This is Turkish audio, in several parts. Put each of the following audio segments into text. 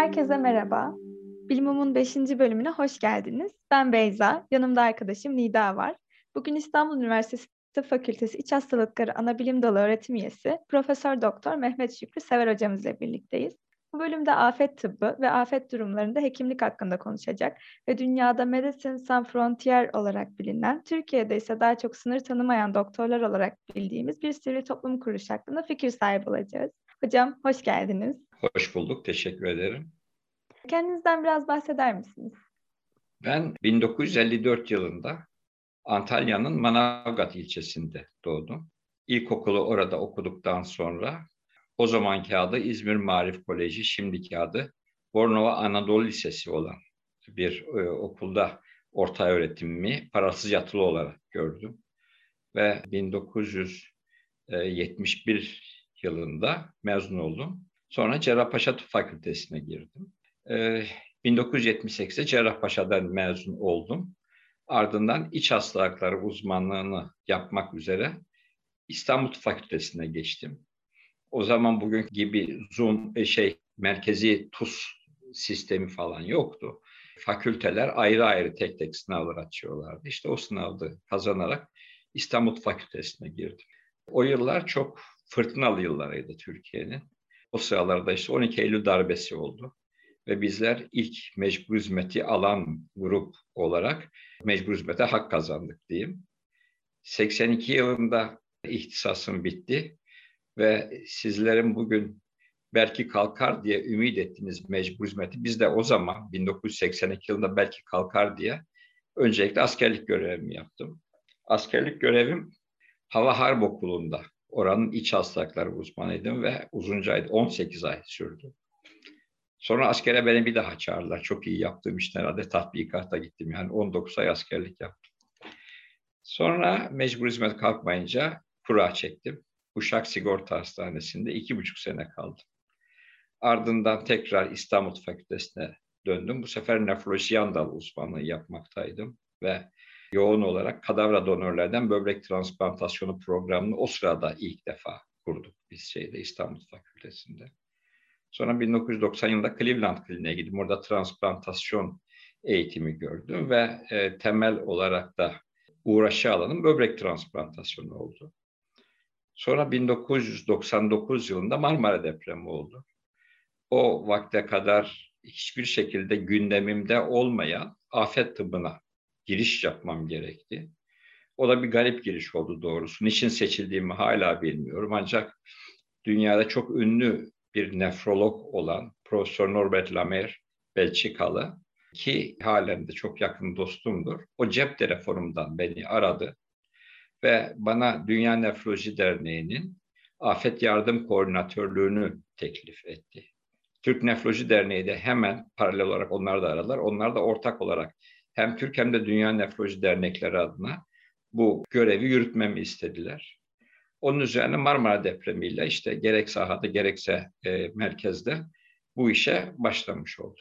Herkese merhaba. Bilimum'un 5. bölümüne hoş geldiniz. Ben Beyza, yanımda arkadaşım Nida var. Bugün İstanbul Üniversitesi Tıp Fakültesi İç Hastalıkları Anabilim Dalı öğretim üyesi Profesör Doktor Mehmet Şükrü Sever hocamızla birlikteyiz. Bu bölümde afet tıbbı ve afet durumlarında hekimlik hakkında konuşacak ve dünyada Medecins Sans Frontières olarak bilinen, Türkiye'de ise daha çok sınır tanımayan doktorlar olarak bildiğimiz bir sivil toplum kuruluşu hakkında fikir sahibi olacağız. Hocam hoş geldiniz. Hoş bulduk, teşekkür ederim. Kendinizden biraz bahseder misiniz? Ben 1954 yılında Antalya'nın Manavgat ilçesinde doğdum. İlkokulu orada okuduktan sonra o zamanki adı İzmir Maarif Koleji, şimdiki adı Bornova Anadolu Lisesi olan bir okulda orta öğretimimi parasız yatılı olarak gördüm. Ve 1971 yılında mezun oldum. Sonra Cerrahpaşa Tıp Fakültesi'ne girdim. 1978'de Cerrahpaşa'dan mezun oldum. Ardından iç hastalıkları uzmanlığını yapmak üzere İstanbul Tıp Fakültesi'ne geçtim. O zaman bugün gibi Zoom merkezi TUS sistemi falan yoktu. Fakülteler ayrı ayrı tek tek sınavlar açıyorlardı. İşte o sınavda kazanarak İstanbul Tıp Fakültesi'ne girdim. O yıllar çok fırtınalı yıllarıydı Türkiye'nin. O sıralarda işte 12 Eylül darbesi oldu. Ve bizler ilk mecbur hizmeti alan grup olarak mecbur hizmete hak kazandık diyeyim. 82 yılında ihtisasım bitti ve sizlerin bugün belki kalkar diye ümit ettiğiniz mecbur hizmeti biz de o zaman 1982 yılında belki kalkar diye öncelikle askerlik görevimi yaptım. Askerlik görevim Hava Harp Okulu'nda. Oranın iç hastalıkları uzmanıydım ve uzunca 18 ay sürdü. Sonra askere beni bir daha çağırdılar. Çok iyi yaptığım için herhalde tatbikata gittim. Yani 19 ay askerlik yaptım. Sonra mecbur hizmet kalkmayınca kura çektim. Uşak Sigorta Hastanesi'nde 2,5 sene kaldım. Ardından tekrar İstanbul Fakültesi'ne döndüm. Bu sefer nefroloji yan dal uzmanlığı yapmaktaydım. Ve yoğun olarak kadavra donörlerden böbrek transplantasyonu programını o sırada ilk defa kurduk biz İstanbul Fakültesi'nde. Sonra 1990 yılında Cleveland Kliniğe gittim. Orada transplantasyon eğitimi gördüm ve temel olarak da uğraşı alanım böbrek transplantasyonu oldu. Sonra 1999 yılında Marmara depremi oldu. O vakte kadar hiçbir şekilde gündemimde olmayan afet tıbbına giriş yapmam gerekti. O da bir garip giriş oldu doğrusu. Niçin seçildiğimi hala bilmiyorum. Ancak dünyada çok ünlü bir nefrolog olan Profesör Norbert Lamer, Belçikalı ki halen de çok yakın dostumdur. O cep telefonumdan beni aradı ve bana Dünya Nefroloji Derneği'nin afet yardım koordinatörlüğünü teklif etti. Türk Nefroloji Derneği de hemen paralel olarak onlar da aradılar. Onlar da ortak olarak hem Türk hem de Dünya Nefroloji Dernekleri adına bu görevi yürütmemi istediler. Onun üzerine Marmara depremiyle işte gerek sahada gerekse merkezde bu işe başlamış oldum.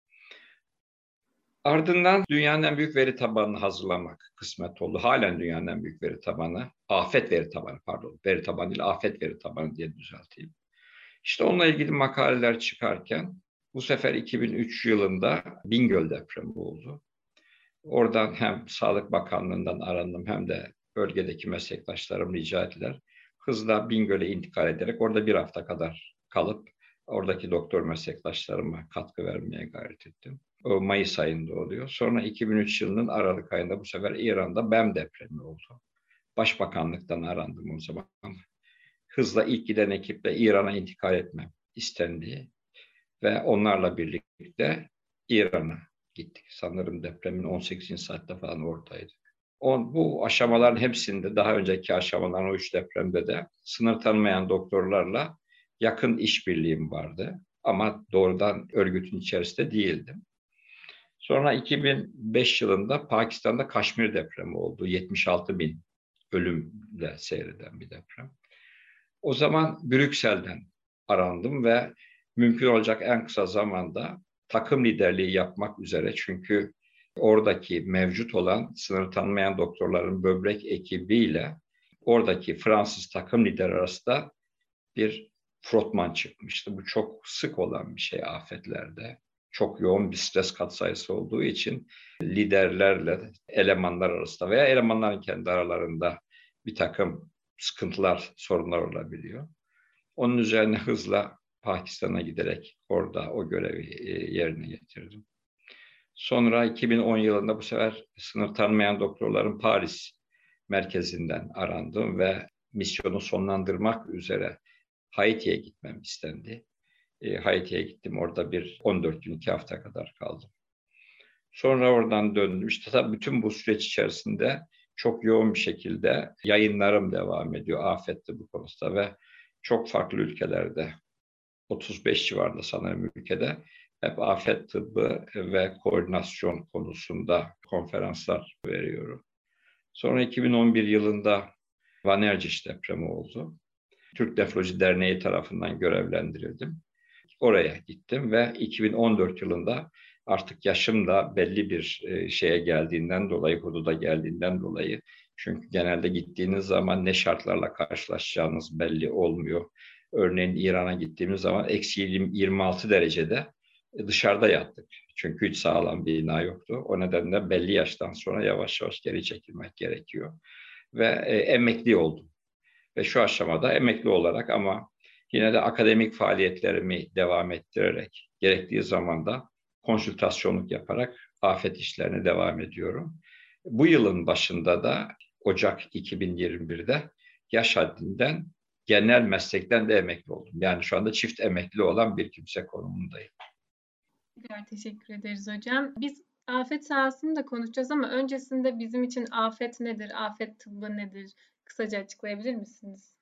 Ardından dünyanın en büyük veri tabanını hazırlamak kısmet oldu. Halen dünyanın en büyük veri tabanı, afet veri tabanı pardon, veri tabanı değil afet veri tabanı diye düzelteyim. İşte onunla ilgili makaleler çıkarken bu sefer 2003 yılında Bingöl depremi oldu. Oradan hem Sağlık Bakanlığı'ndan arandım hem de bölgedeki meslektaşlarım rica ettiler. Hızla Bingöl'e intikal ederek orada bir hafta kadar kalıp oradaki doktor meslektaşlarıma katkı vermeye gayret ettim. O Mayıs ayında oluyor. Sonra 2003 yılının Aralık ayında bu sefer İran'da BEM depremi oldu. Başbakanlıktan arandım o zaman. Hızla ilk giden ekiple İran'a intikal etmem istendi ve onlarla birlikte İran'a gittik. Sanırım depremin 18. saatte falan oradaydık. Bu aşamaların hepsinde daha önceki aşamaların o 3 depremde de sınır tanımayan doktorlarla yakın işbirliğim vardı. Ama doğrudan örgütün içerisinde değildim. Sonra 2005 yılında Pakistan'da Kaşmir depremi oldu. 76 bin ölümle seyreden bir deprem. O zaman Brüksel'den arandım ve mümkün olacak en kısa zamanda takım liderliği yapmak üzere çünkü oradaki mevcut olan sınır tanımayan doktorların böbrek ekibiyle oradaki Fransız takım lideri arasında bir frotman çıkmıştı. Bu çok sık olan bir şey afetlerde. Çok yoğun bir stres katsayısı olduğu için liderlerle elemanlar arasında veya elemanların kendi aralarında bir takım sıkıntılar, sorunlar olabiliyor. Onun üzerine hızla Pakistan'a giderek orada o görevi yerine getirdim. Sonra 2010 yılında bu sefer sınır tanımayan doktorların Paris merkezinden arandım ve misyonu sonlandırmak üzere Haiti'ye gitmem istendi. Haiti'ye gittim. Orada bir 14 gün, 2 hafta kadar kaldım. Sonra oradan döndüm. İşte tabii bütün bu süreç içerisinde çok yoğun bir şekilde yayınlarım devam ediyor. Afet'te bu konuda ve çok farklı ülkelerde, 35 civarında sanırım ülkede hep afet tıbbı ve koordinasyon konusunda konferanslar veriyorum. Sonra 2011 yılında Van Erciş depremi oldu. Türk Nefroloji Derneği tarafından görevlendirildim. Oraya gittim ve 2014 yılında artık yaşım da belli bir şeye geldiğinden dolayı, hududa geldiğinden dolayı, çünkü genelde gittiğiniz zaman ne şartlarla karşılaşacağınız belli olmuyor. Örneğin İran'a gittiğimiz zaman eksi 26 derecede dışarıda yattık. Çünkü hiç sağlam bir bina yoktu. O nedenle belli yaştan sonra yavaş yavaş geri çekilmek gerekiyor. Ve emekli oldum. Ve şu aşamada emekli olarak ama yine de akademik faaliyetlerimi devam ettirerek, gerektiği zaman da konsültasyonluk yaparak afet işlerine devam ediyorum. Bu yılın başında da Ocak 2021'de yaş haddinden genel meslekten de emekli oldum. Yani şu anda çift emekli olan bir kimse konumundayım. Teşekkür ederiz hocam. Biz afet sahasını da konuşacağız ama öncesinde bizim için afet nedir, afet tıbbı nedir? Kısaca açıklayabilir misiniz?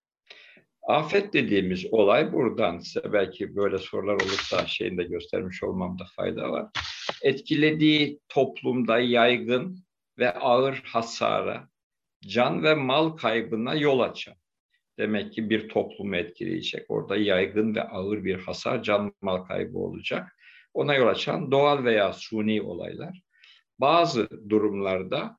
Afet dediğimiz olay, buradan size belki böyle sorular olursa şeyini de göstermiş olmamda fayda var. Etkilediği toplumda yaygın ve ağır hasara, can ve mal kaybına yol açan. Demek ki bir toplumu etkileyecek. Orada yaygın ve ağır bir hasar, can mal kaybı olacak. Ona yol açan doğal veya suni olaylar. Bazı durumlarda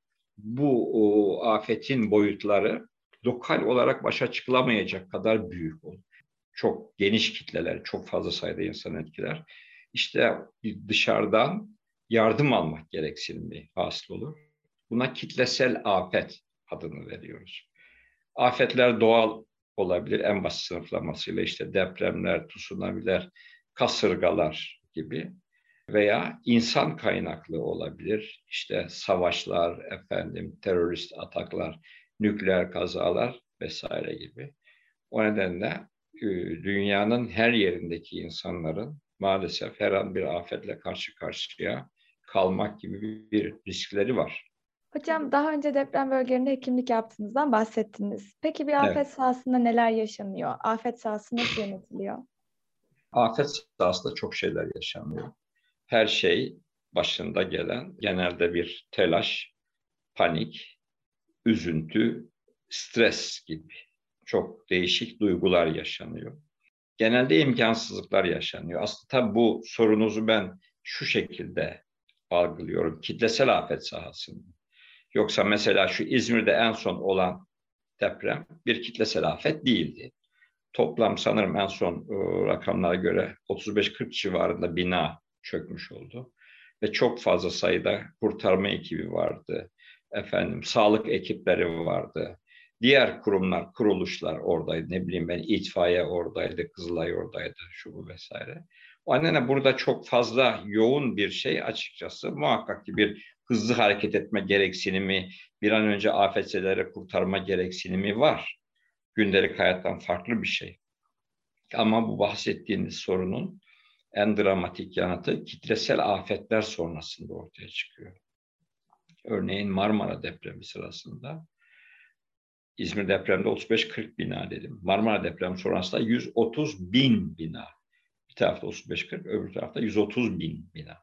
bu afetin boyutları lokal olarak başa çıkılamayacak kadar büyük olur. Çok geniş kitleler, çok fazla sayıda insan etkiler. İşte dışarıdan yardım almak gereksinimi hasıl olur. Buna kitlesel afet adını veriyoruz. Afetler doğal olabilir en basit sınıflamasıyla, işte depremler, tsunamiler, kasırgalar gibi, veya insan kaynaklı olabilir. İşte savaşlar, terörist ataklar, nükleer kazalar vesaire gibi. O nedenle dünyanın her yerindeki insanların maalesef her an bir afetle karşı karşıya kalmak gibi bir riskleri var. Hocam daha önce deprem bölgelerinde hekimlik yaptığınızdan bahsettiniz. Peki bir afet Evet. sahasında neler yaşanıyor? Afet sahası nasıl yönetiliyor? Afet sahasında çok şeyler yaşanıyor. Her şey başında gelen genelde bir telaş, panik, üzüntü, stres gibi çok değişik duygular yaşanıyor. Genelde imkansızlıklar yaşanıyor. Aslında tabii bu sorunuzu ben şu şekilde algılıyorum. Kitlesel afet sahasında. Yoksa mesela şu İzmir'de en son olan deprem bir kitlesel afet değildi. Toplam sanırım en son rakamlara göre 35-40 civarında bina çökmüş oldu. Ve çok fazla sayıda kurtarma ekibi vardı. Sağlık ekipleri vardı. Diğer kurumlar, kuruluşlar oradaydı. Ne bileyim ben, itfaiye oradaydı, Kızılay oradaydı, şu bu vesaire. O nedenle burada çok fazla yoğun bir şey açıkçası. Muhakkak ki bir hızlı hareket etme gereksinimi, bir an önce afetzeleri kurtarma gereksinimi var. Gündelik hayattan farklı bir şey. Ama bu bahsettiğiniz sorunun en dramatik yanıtı kitlesel afetler sonrasında ortaya çıkıyor. Örneğin Marmara depremi sırasında, İzmir depremde 35-40 bina dedim. Marmara depremi sonrasında 130 bin bina. Bir tarafta 35-40, öbür tarafta 130 bin bina.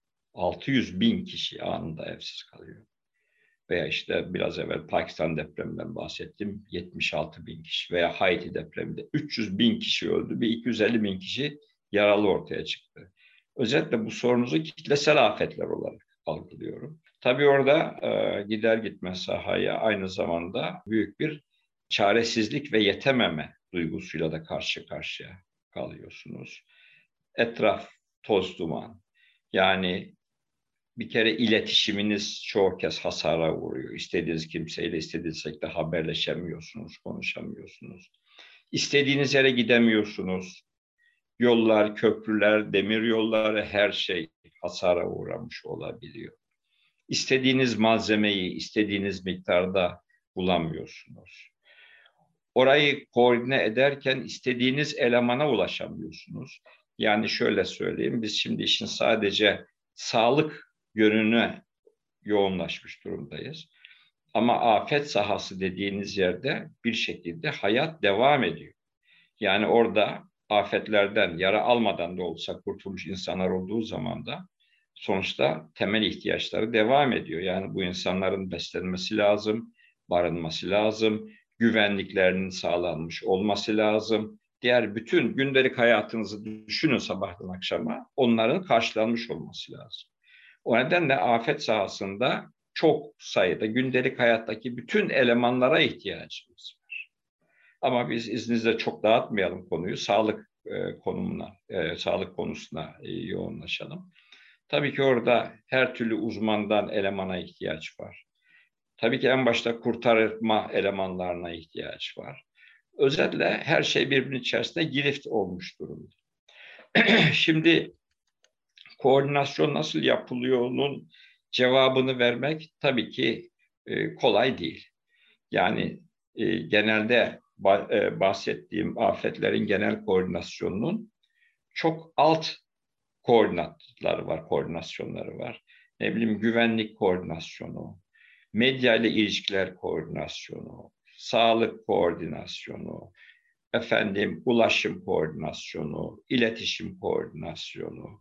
600 bin kişi anında evsiz kalıyor. Veya işte biraz evvel Pakistan depreminden bahsettim. 76 bin kişi, veya Haiti depreminde 300 bin kişi öldü ve 250 bin kişi yaralı ortaya çıktı. Özellikle bu sorunuzu kitlesel afetler olarak algılıyorum. Tabii orada gider gitmez sahaya aynı zamanda büyük bir çaresizlik ve yetememe duygusuyla da karşı karşıya kalıyorsunuz. Etraf toz duman. Yani bir kere iletişiminiz çoğu kez hasara uğruyor. İstediğiniz kimseyle istediğiniz şekilde haberleşemiyorsunuz, konuşamıyorsunuz. İstediğiniz yere gidemiyorsunuz. Yollar, köprüler, demir yolları her şey hasara uğramış olabiliyor. İstediğiniz malzemeyi istediğiniz miktarda bulamıyorsunuz. Orayı koordine ederken istediğiniz elemana ulaşamıyorsunuz. Yani şöyle söyleyeyim, biz şimdi işin sadece sağlık yönüne yoğunlaşmış durumdayız. Ama afet sahası dediğiniz yerde bir şekilde hayat devam ediyor. Yani orada afetlerden yara almadan da olsa kurtulmuş insanlar olduğu zaman da sonuçta temel ihtiyaçları devam ediyor. Yani bu insanların beslenmesi lazım, barınması lazım, güvenliklerinin sağlanmış olması lazım. Diğer bütün gündelik hayatınızı düşünün sabahtan akşama, onların karşılanmış olması lazım. O nedenle afet sahasında çok sayıda gündelik hayattaki bütün elemanlara ihtiyacımız var. Ama biz izninizle çok dağıtmayalım konuyu, sağlık sağlık konusuna yoğunlaşalım. Tabii ki orada her türlü uzmandan elemana ihtiyaç var. Tabii ki en başta kurtarma elemanlarına ihtiyaç var. Özetle her şey birbirinin içerisinde girift olmuş durumda. Şimdi koordinasyon nasıl yapılıyor'nun cevabını vermek tabii ki kolay değil. Yani genelde bahsettiğim afetlerin genel koordinasyonunun çok alt koordinatları var, koordinasyonları var. Ne bileyim güvenlik koordinasyonu, medya ile ilişkiler koordinasyonu, sağlık koordinasyonu, ulaşım koordinasyonu, iletişim koordinasyonu,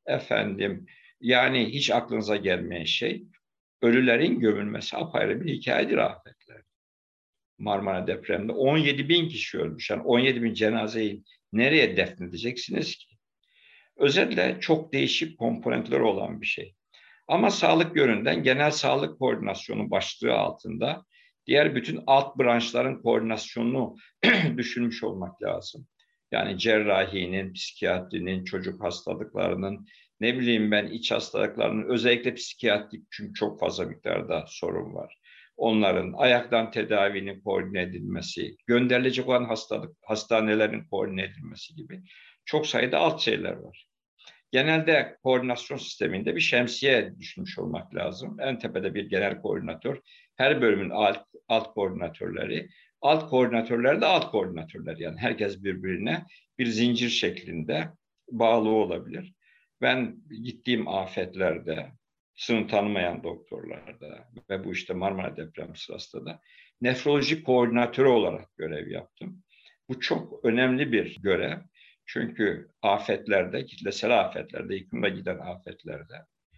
yani hiç aklınıza gelmeyen şey, ölülerin gömülmesi apayrı bir hikayedir afetler. Marmara depreminde 17 bin kişi ölmüş. Yani 17 bin cenazeyi nereye defnedeceksiniz ki? Özetle çok değişik komponentler olan bir şey. Ama sağlık yönünden genel sağlık koordinasyonu başlığı altında diğer bütün alt branşların koordinasyonunu düşünmüş olmak lazım. Yani cerrahinin, psikiyatrinin, çocuk hastalıklarının, iç hastalıklarının, özellikle psikiyatrik çünkü çok fazla miktarda sorun var. Onların ayaktan tedavinin koordine edilmesi, gönderilecek olan hastanelerin koordine edilmesi gibi çok sayıda alt şeyler var. Genelde koordinasyon sisteminde bir şemsiye düşünmüş olmak lazım. En tepede bir genel koordinatör, her bölümün alt koordinatörleri, alt koordinatörler de alt koordinatörler. Yani herkes birbirine bir zincir şeklinde bağlı olabilir. Ben gittiğim afetlerde, sınır tanımayan doktorlarda ve bu işte Marmara depremi sırasında da nefroloji koordinatörü olarak görev yaptım. Bu çok önemli bir görev. Çünkü afetlerde, kitlesel afetlerde, yıkımla giden afetlerde,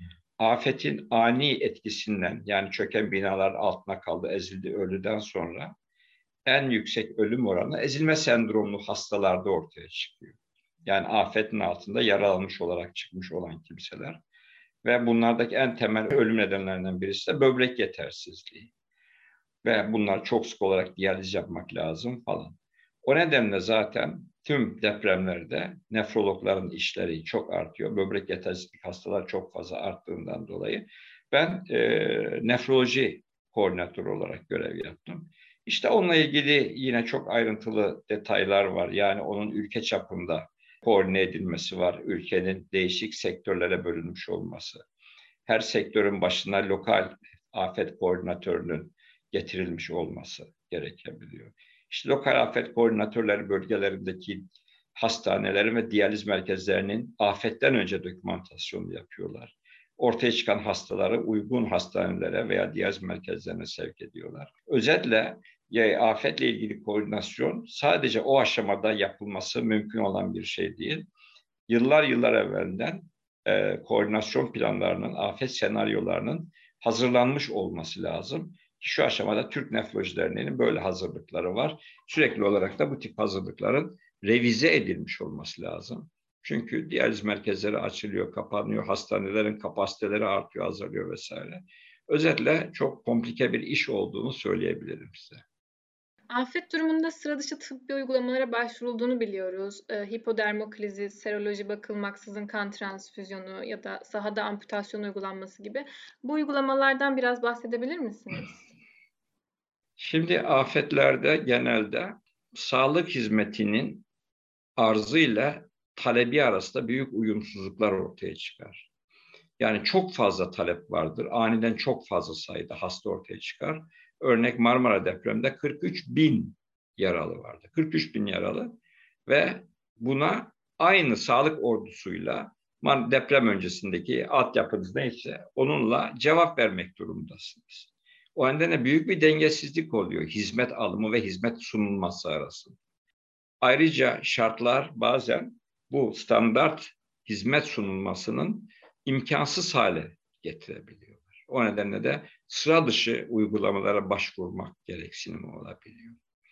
afetin ani etkisinden, yani çöken binalar altına kaldı, ezildi, öldüden sonra en yüksek ölüm oranı ezilme sendromlu hastalarda ortaya çıkıyor. Yani afetin altında yaralanmış olarak çıkmış olan kimseler. Ve bunlardaki en temel ölüm nedenlerinden birisi de böbrek yetersizliği. Ve bunlar çok sık olarak diyaliz yapmak lazım falan. O nedenle zaten tüm depremlerde nefrologların işleri çok artıyor. Böbrek yetersizlik hastalar çok fazla arttığından dolayı ben nefroloji koordinatörü olarak görev yaptım. İşte onunla ilgili yine çok ayrıntılı detaylar var. Yani onun ülke çapında koordine edilmesi var. Ülkenin değişik sektörlere bölünmüş olması. Her sektörün başına lokal afet koordinatörünün getirilmiş olması gerekebiliyor. İşte lokal afet koordinatörleri bölgelerindeki hastanelerin ve diyaliz merkezlerinin afetten önce dokümantasyonu yapıyorlar. Ortaya çıkan hastaları uygun hastanelere veya diyaliz merkezlerine sevk ediyorlar. Özetle afetle ilgili koordinasyon sadece o aşamada yapılması mümkün olan bir şey değil. Yıllar evvelden koordinasyon planlarının, afet senaryolarının hazırlanmış olması lazım. Şu aşamada Türk Nefroloji Derneği'nin böyle hazırlıkları var. Sürekli olarak da bu tip hazırlıkların revize edilmiş olması lazım. Çünkü diyaliz merkezleri açılıyor, kapanıyor, hastanelerin kapasiteleri artıyor, azalıyor vesaire. Özetle çok komplike bir iş olduğunu söyleyebilirim size. Afet durumunda sıra dışı tıbbi uygulamalara başvurulduğunu biliyoruz. Hipodermoklizi, seroloji bakılmaksızın kan transfüzyonu ya da sahada amputasyon uygulanması gibi. Bu uygulamalardan biraz bahsedebilir misiniz? Şimdi afetlerde genelde sağlık hizmetinin arzı ile talebi arasında büyük uyumsuzluklar ortaya çıkar. Yani çok fazla talep vardır. Aniden çok fazla sayıda hasta ortaya çıkar. Örnek Marmara depreminde 43 bin yaralı vardı. 43 bin yaralı ve buna aynı sağlık ordusuyla deprem öncesindeki altyapınız neyse onunla cevap vermek durumundasınız. O nedenle büyük bir dengesizlik oluyor hizmet alımı ve hizmet sunulması arasında. Ayrıca şartlar bazen bu standart hizmet sunulmasının imkansız hale getirebiliyorlar. O nedenle de sıra dışı uygulamalara başvurmak gereksinimi olabiliyor.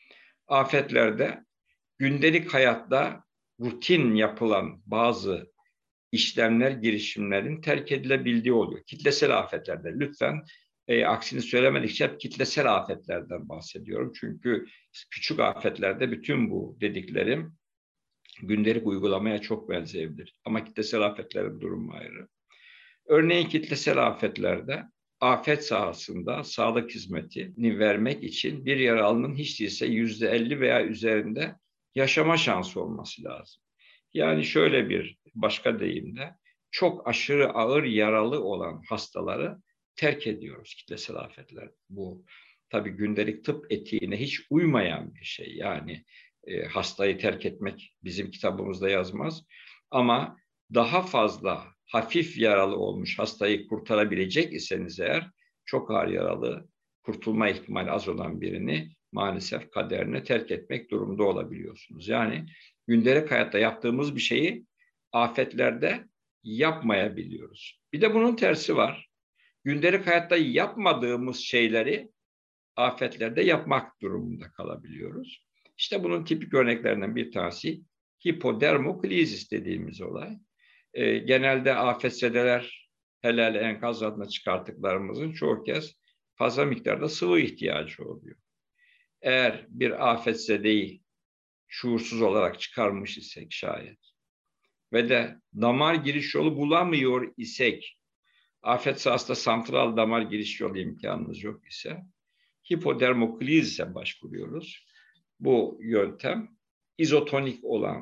Afetlerde gündelik hayatta rutin yapılan bazı işlemler, girişimlerin terk edilebildiği oluyor. Kitlesel afetlerde lütfen aksini söylemedikçe hep kitlesel afetlerden bahsediyorum. Çünkü küçük afetlerde bütün bu dediklerim gündelik uygulamaya çok benzeyebilir. Ama kitlesel afetlerin durumu ayrı. Örneğin kitlesel afetlerde afet sahasında sağlık hizmetini vermek için bir yaralının hiç değilse %50 veya üzerinde yaşama şansı olması lazım. Yani şöyle bir başka deyimle çok aşırı ağır yaralı olan hastaları terk ediyoruz kitlesel afetler. Bu tabii gündelik tıp etiğine hiç uymayan bir şey. Yani hastayı terk etmek bizim kitabımızda yazmaz. Ama daha fazla hafif yaralı olmuş hastayı kurtarabilecek iseniz eğer çok ağır yaralı kurtulma ihtimali az olan birini maalesef kaderine terk etmek durumunda olabiliyorsunuz. Yani gündelik hayatta yaptığımız bir şeyi afetlerde yapmayabiliyoruz. Bir de bunun tersi var. Gündelik hayatta yapmadığımız şeyleri afetlerde yapmak durumunda kalabiliyoruz. İşte bunun tipik örneklerinden bir tanesi hipodermoklizis dediğimiz olay. Genelde afetzedeler hele enkaz altına çıkarttıklarımızın çoğu kez fazla miktarda sıvı ihtiyacı oluyor. Eğer bir afetzedeyi şuursuz olarak çıkarmış isek şayet ve de damar giriş yolu bulamıyor isek, afet sahasında santral damar giriş yolu imkanımız yok ise hipodermoklizise başvuruyoruz. Bu yöntem izotonik olan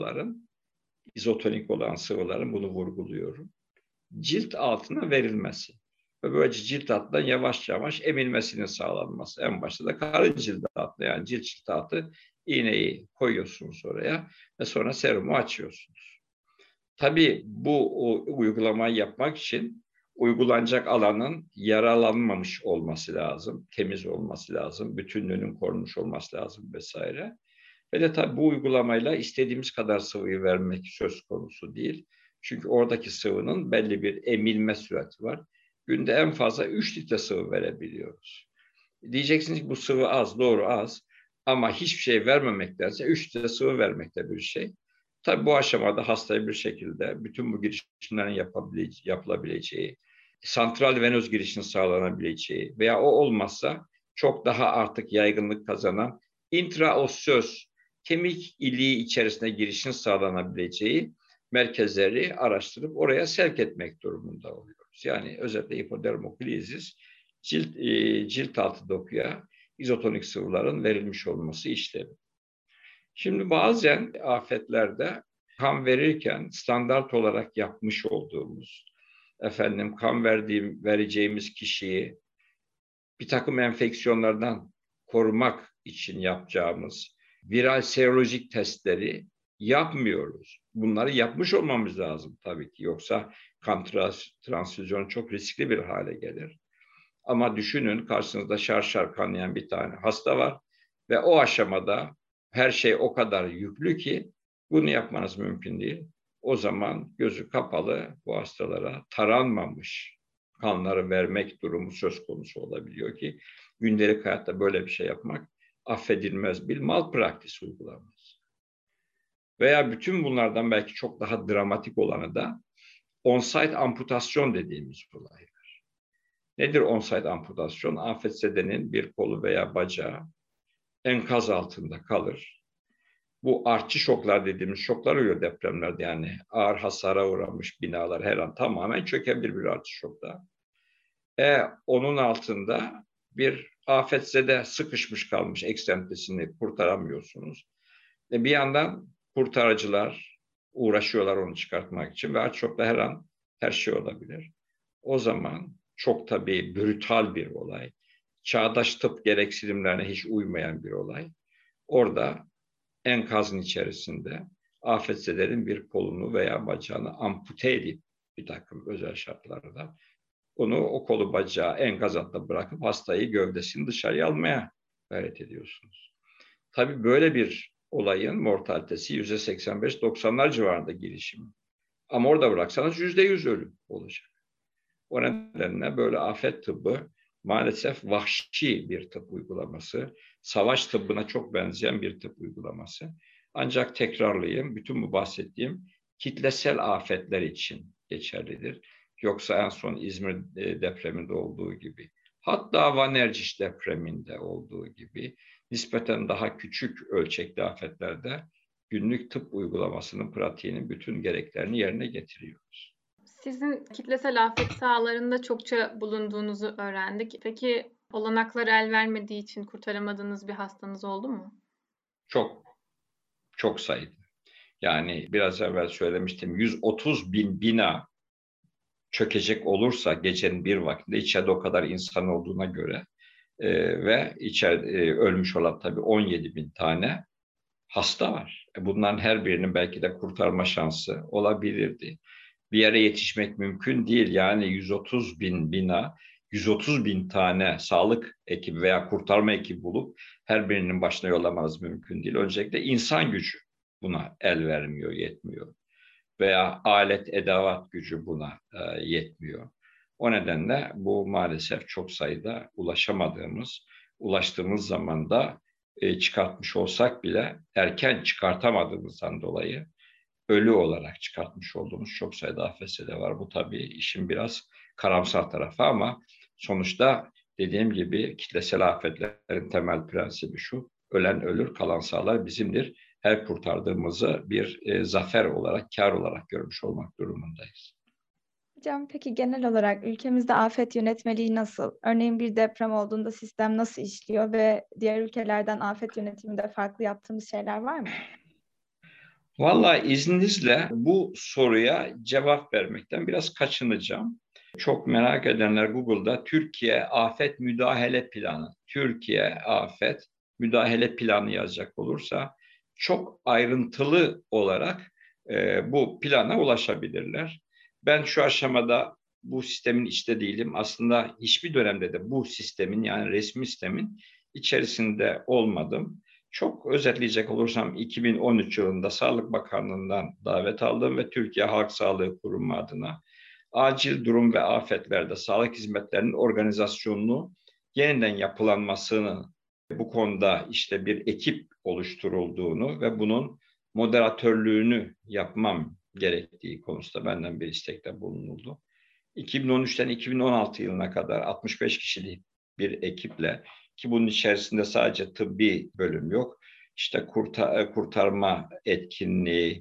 sıvıların bunu vurguluyorum, cilt altına verilmesi ve böylece cilt altından yavaş yavaş emilmesinin sağlanması. En başta da karın cildi altına, yani cilt altı iğneyi koyuyorsunuz oraya ve sonra serumu açıyorsunuz. Tabii bu uygulamayı yapmak için uygulanacak alanın yaralanmamış olması lazım, temiz olması lazım, bütünlüğünün korunmuş olması lazım vesaire. Ve de tabii bu uygulamayla istediğimiz kadar sıvıyı vermek söz konusu değil. Çünkü oradaki sıvının belli bir emilme sürati var. Günde en fazla 3 litre sıvı verebiliyoruz. Diyeceksiniz ki bu sıvı az, doğru az. Ama hiçbir şey vermemektense 3 litre sıvı vermek de bir şey. Tabii bu aşamada hastaya bir şekilde bütün bu girişimlerin yapılabileceği, santral venöz girişinin sağlanabileceği veya o olmazsa çok daha artık yaygınlık kazanan intraosseöz kemik iliği içerisine girişin sağlanabileceği merkezleri araştırıp oraya sevk etmek durumunda oluyoruz. Yani özellikle hipodermoklizis cilt altı dokuya izotonik sıvıların verilmiş olması işlemi. Şimdi bazen afetlerde kan verirken standart olarak yapmış olduğumuz kan vereceğimiz kişiyi bir takım enfeksiyonlardan korumak için yapacağımız viral serolojik testleri yapmıyoruz. Bunları yapmış olmamız lazım tabii ki. Yoksa kan transfüzyonu çok riskli bir hale gelir. Ama düşünün, karşınızda şarşar kanayan bir tane hasta var ve o aşamada her şey o kadar yüklü ki bunu yapmanız mümkün değil. O zaman gözü kapalı bu hastalara taranmamış kanları vermek durumu söz konusu olabiliyor ki gündelik hayatta böyle bir şey yapmak affedilmez bir malpraktis uygulaması. Veya bütün bunlardan belki çok daha dramatik olanı da on-site amputasyon dediğimiz olay. Nedir on-site amputasyon? Afetzedenin bir kolu veya bacağı enkaz altında kalır. Bu artçı şoklar dediğimiz şoklar oluyor depremlerde, yani ağır hasara uğramış binalar her an tamamen çökebilir bir artçı şokta. Onun altında bir afetzede sıkışmış kalmış ekstremitesini kurtaramıyorsunuz. Bir yandan kurtarıcılar uğraşıyorlar onu çıkartmak için ve artçı şokta her an her şey olabilir. O zaman çok tabii brutal bir olay, çağdaş tıp gereksinimlerine hiç uymayan bir olay. Orada enkazın içerisinde afetzelerin bir kolunu veya bacağını ampute edip bir takım özel şartlarda onu o kolu bacağı enkaz altında bırakıp hastayı gövdesini dışarıya almaya gayret ediyorsunuz. Tabii böyle bir olayın mortalitesi %85-90'lar civarında gelişimi. Ama orada bıraksanız %100 ölüm olacak. O nedenle böyle afet tıbbı maalesef vahşi bir tıp uygulaması, savaş tıbbına çok benzeyen bir tıp uygulaması. Ancak tekrarlayayım, bütün bu bahsettiğim kitlesel afetler için geçerlidir. Yoksa en son İzmir depreminde olduğu gibi, hatta Van Erciş depreminde olduğu gibi nispeten daha küçük ölçekli afetlerde günlük tıp uygulamasının pratiğinin bütün gereklerini yerine getiriyoruz. Sizin kitlesel afet sahalarında çokça bulunduğunuzu öğrendik. Peki olanaklar el vermediği için kurtaramadığınız bir hastanız oldu mu? Çok sayıda. Yani biraz evvel söylemiştim, 130 bin bina çökecek olursa gecenin bir vaktinde, içeride o kadar insan olduğuna göre ve içeride ölmüş olan tabii 17 bin tane hasta var. Bunların her birinin belki de kurtarma şansı olabilirdi. Bir yere yetişmek mümkün değil. Yani 130 bin bina, 130 bin tane sağlık ekibi veya kurtarma ekibi bulup her birinin başına yollamanız mümkün değil. Öncelikle insan gücü buna el vermiyor, yetmiyor. Veya alet edevat gücü buna yetmiyor. O nedenle bu maalesef çok sayıda ulaştığımız zaman da çıkartmış olsak bile erken çıkartamadığımızdan dolayı ölü olarak çıkartmış olduğumuz çok sayıda afetzede var. Bu tabii işin biraz karamsar tarafı ama sonuçta dediğim gibi kitlesel afetlerin temel prensibi şu: ölen ölür, kalan sağlar bizimdir. Her kurtardığımızı bir zafer olarak, kar olarak görmüş olmak durumundayız. Hocam, peki genel olarak ülkemizde afet yönetmeliği nasıl? Örneğin bir deprem olduğunda sistem nasıl işliyor ve diğer ülkelerden afet yönetiminde farklı yaptığımız şeyler var mı? Vallahi izninizle bu soruya cevap vermekten biraz kaçınacağım. Çok merak edenler Google'da Türkiye Afet Müdahale Planı, Türkiye Afet Müdahale Planı yazacak olursa çok ayrıntılı olarak bu plana ulaşabilirler. Ben şu aşamada bu sistemin içinde değilim. Aslında hiçbir dönemde de bu sistemin, yani resmi sistemin içerisinde olmadım. Çok özetleyecek olursam 2013 yılında Sağlık Bakanlığı'ndan davet aldım ve Türkiye Halk Sağlığı Kurumu adına acil durum ve afetlerde sağlık hizmetlerinin organizasyonunu yeniden yapılanmasını, bu konuda işte bir ekip oluşturulduğunu ve bunun moderatörlüğünü yapmam gerektiği konusunda benden bir istekte bulunuldu. 2013'ten 2016 yılına kadar 65 kişilik bir ekiple, ki bunun içerisinde sadece tıbbi bölüm yok, İşte kurtarma etkinliği,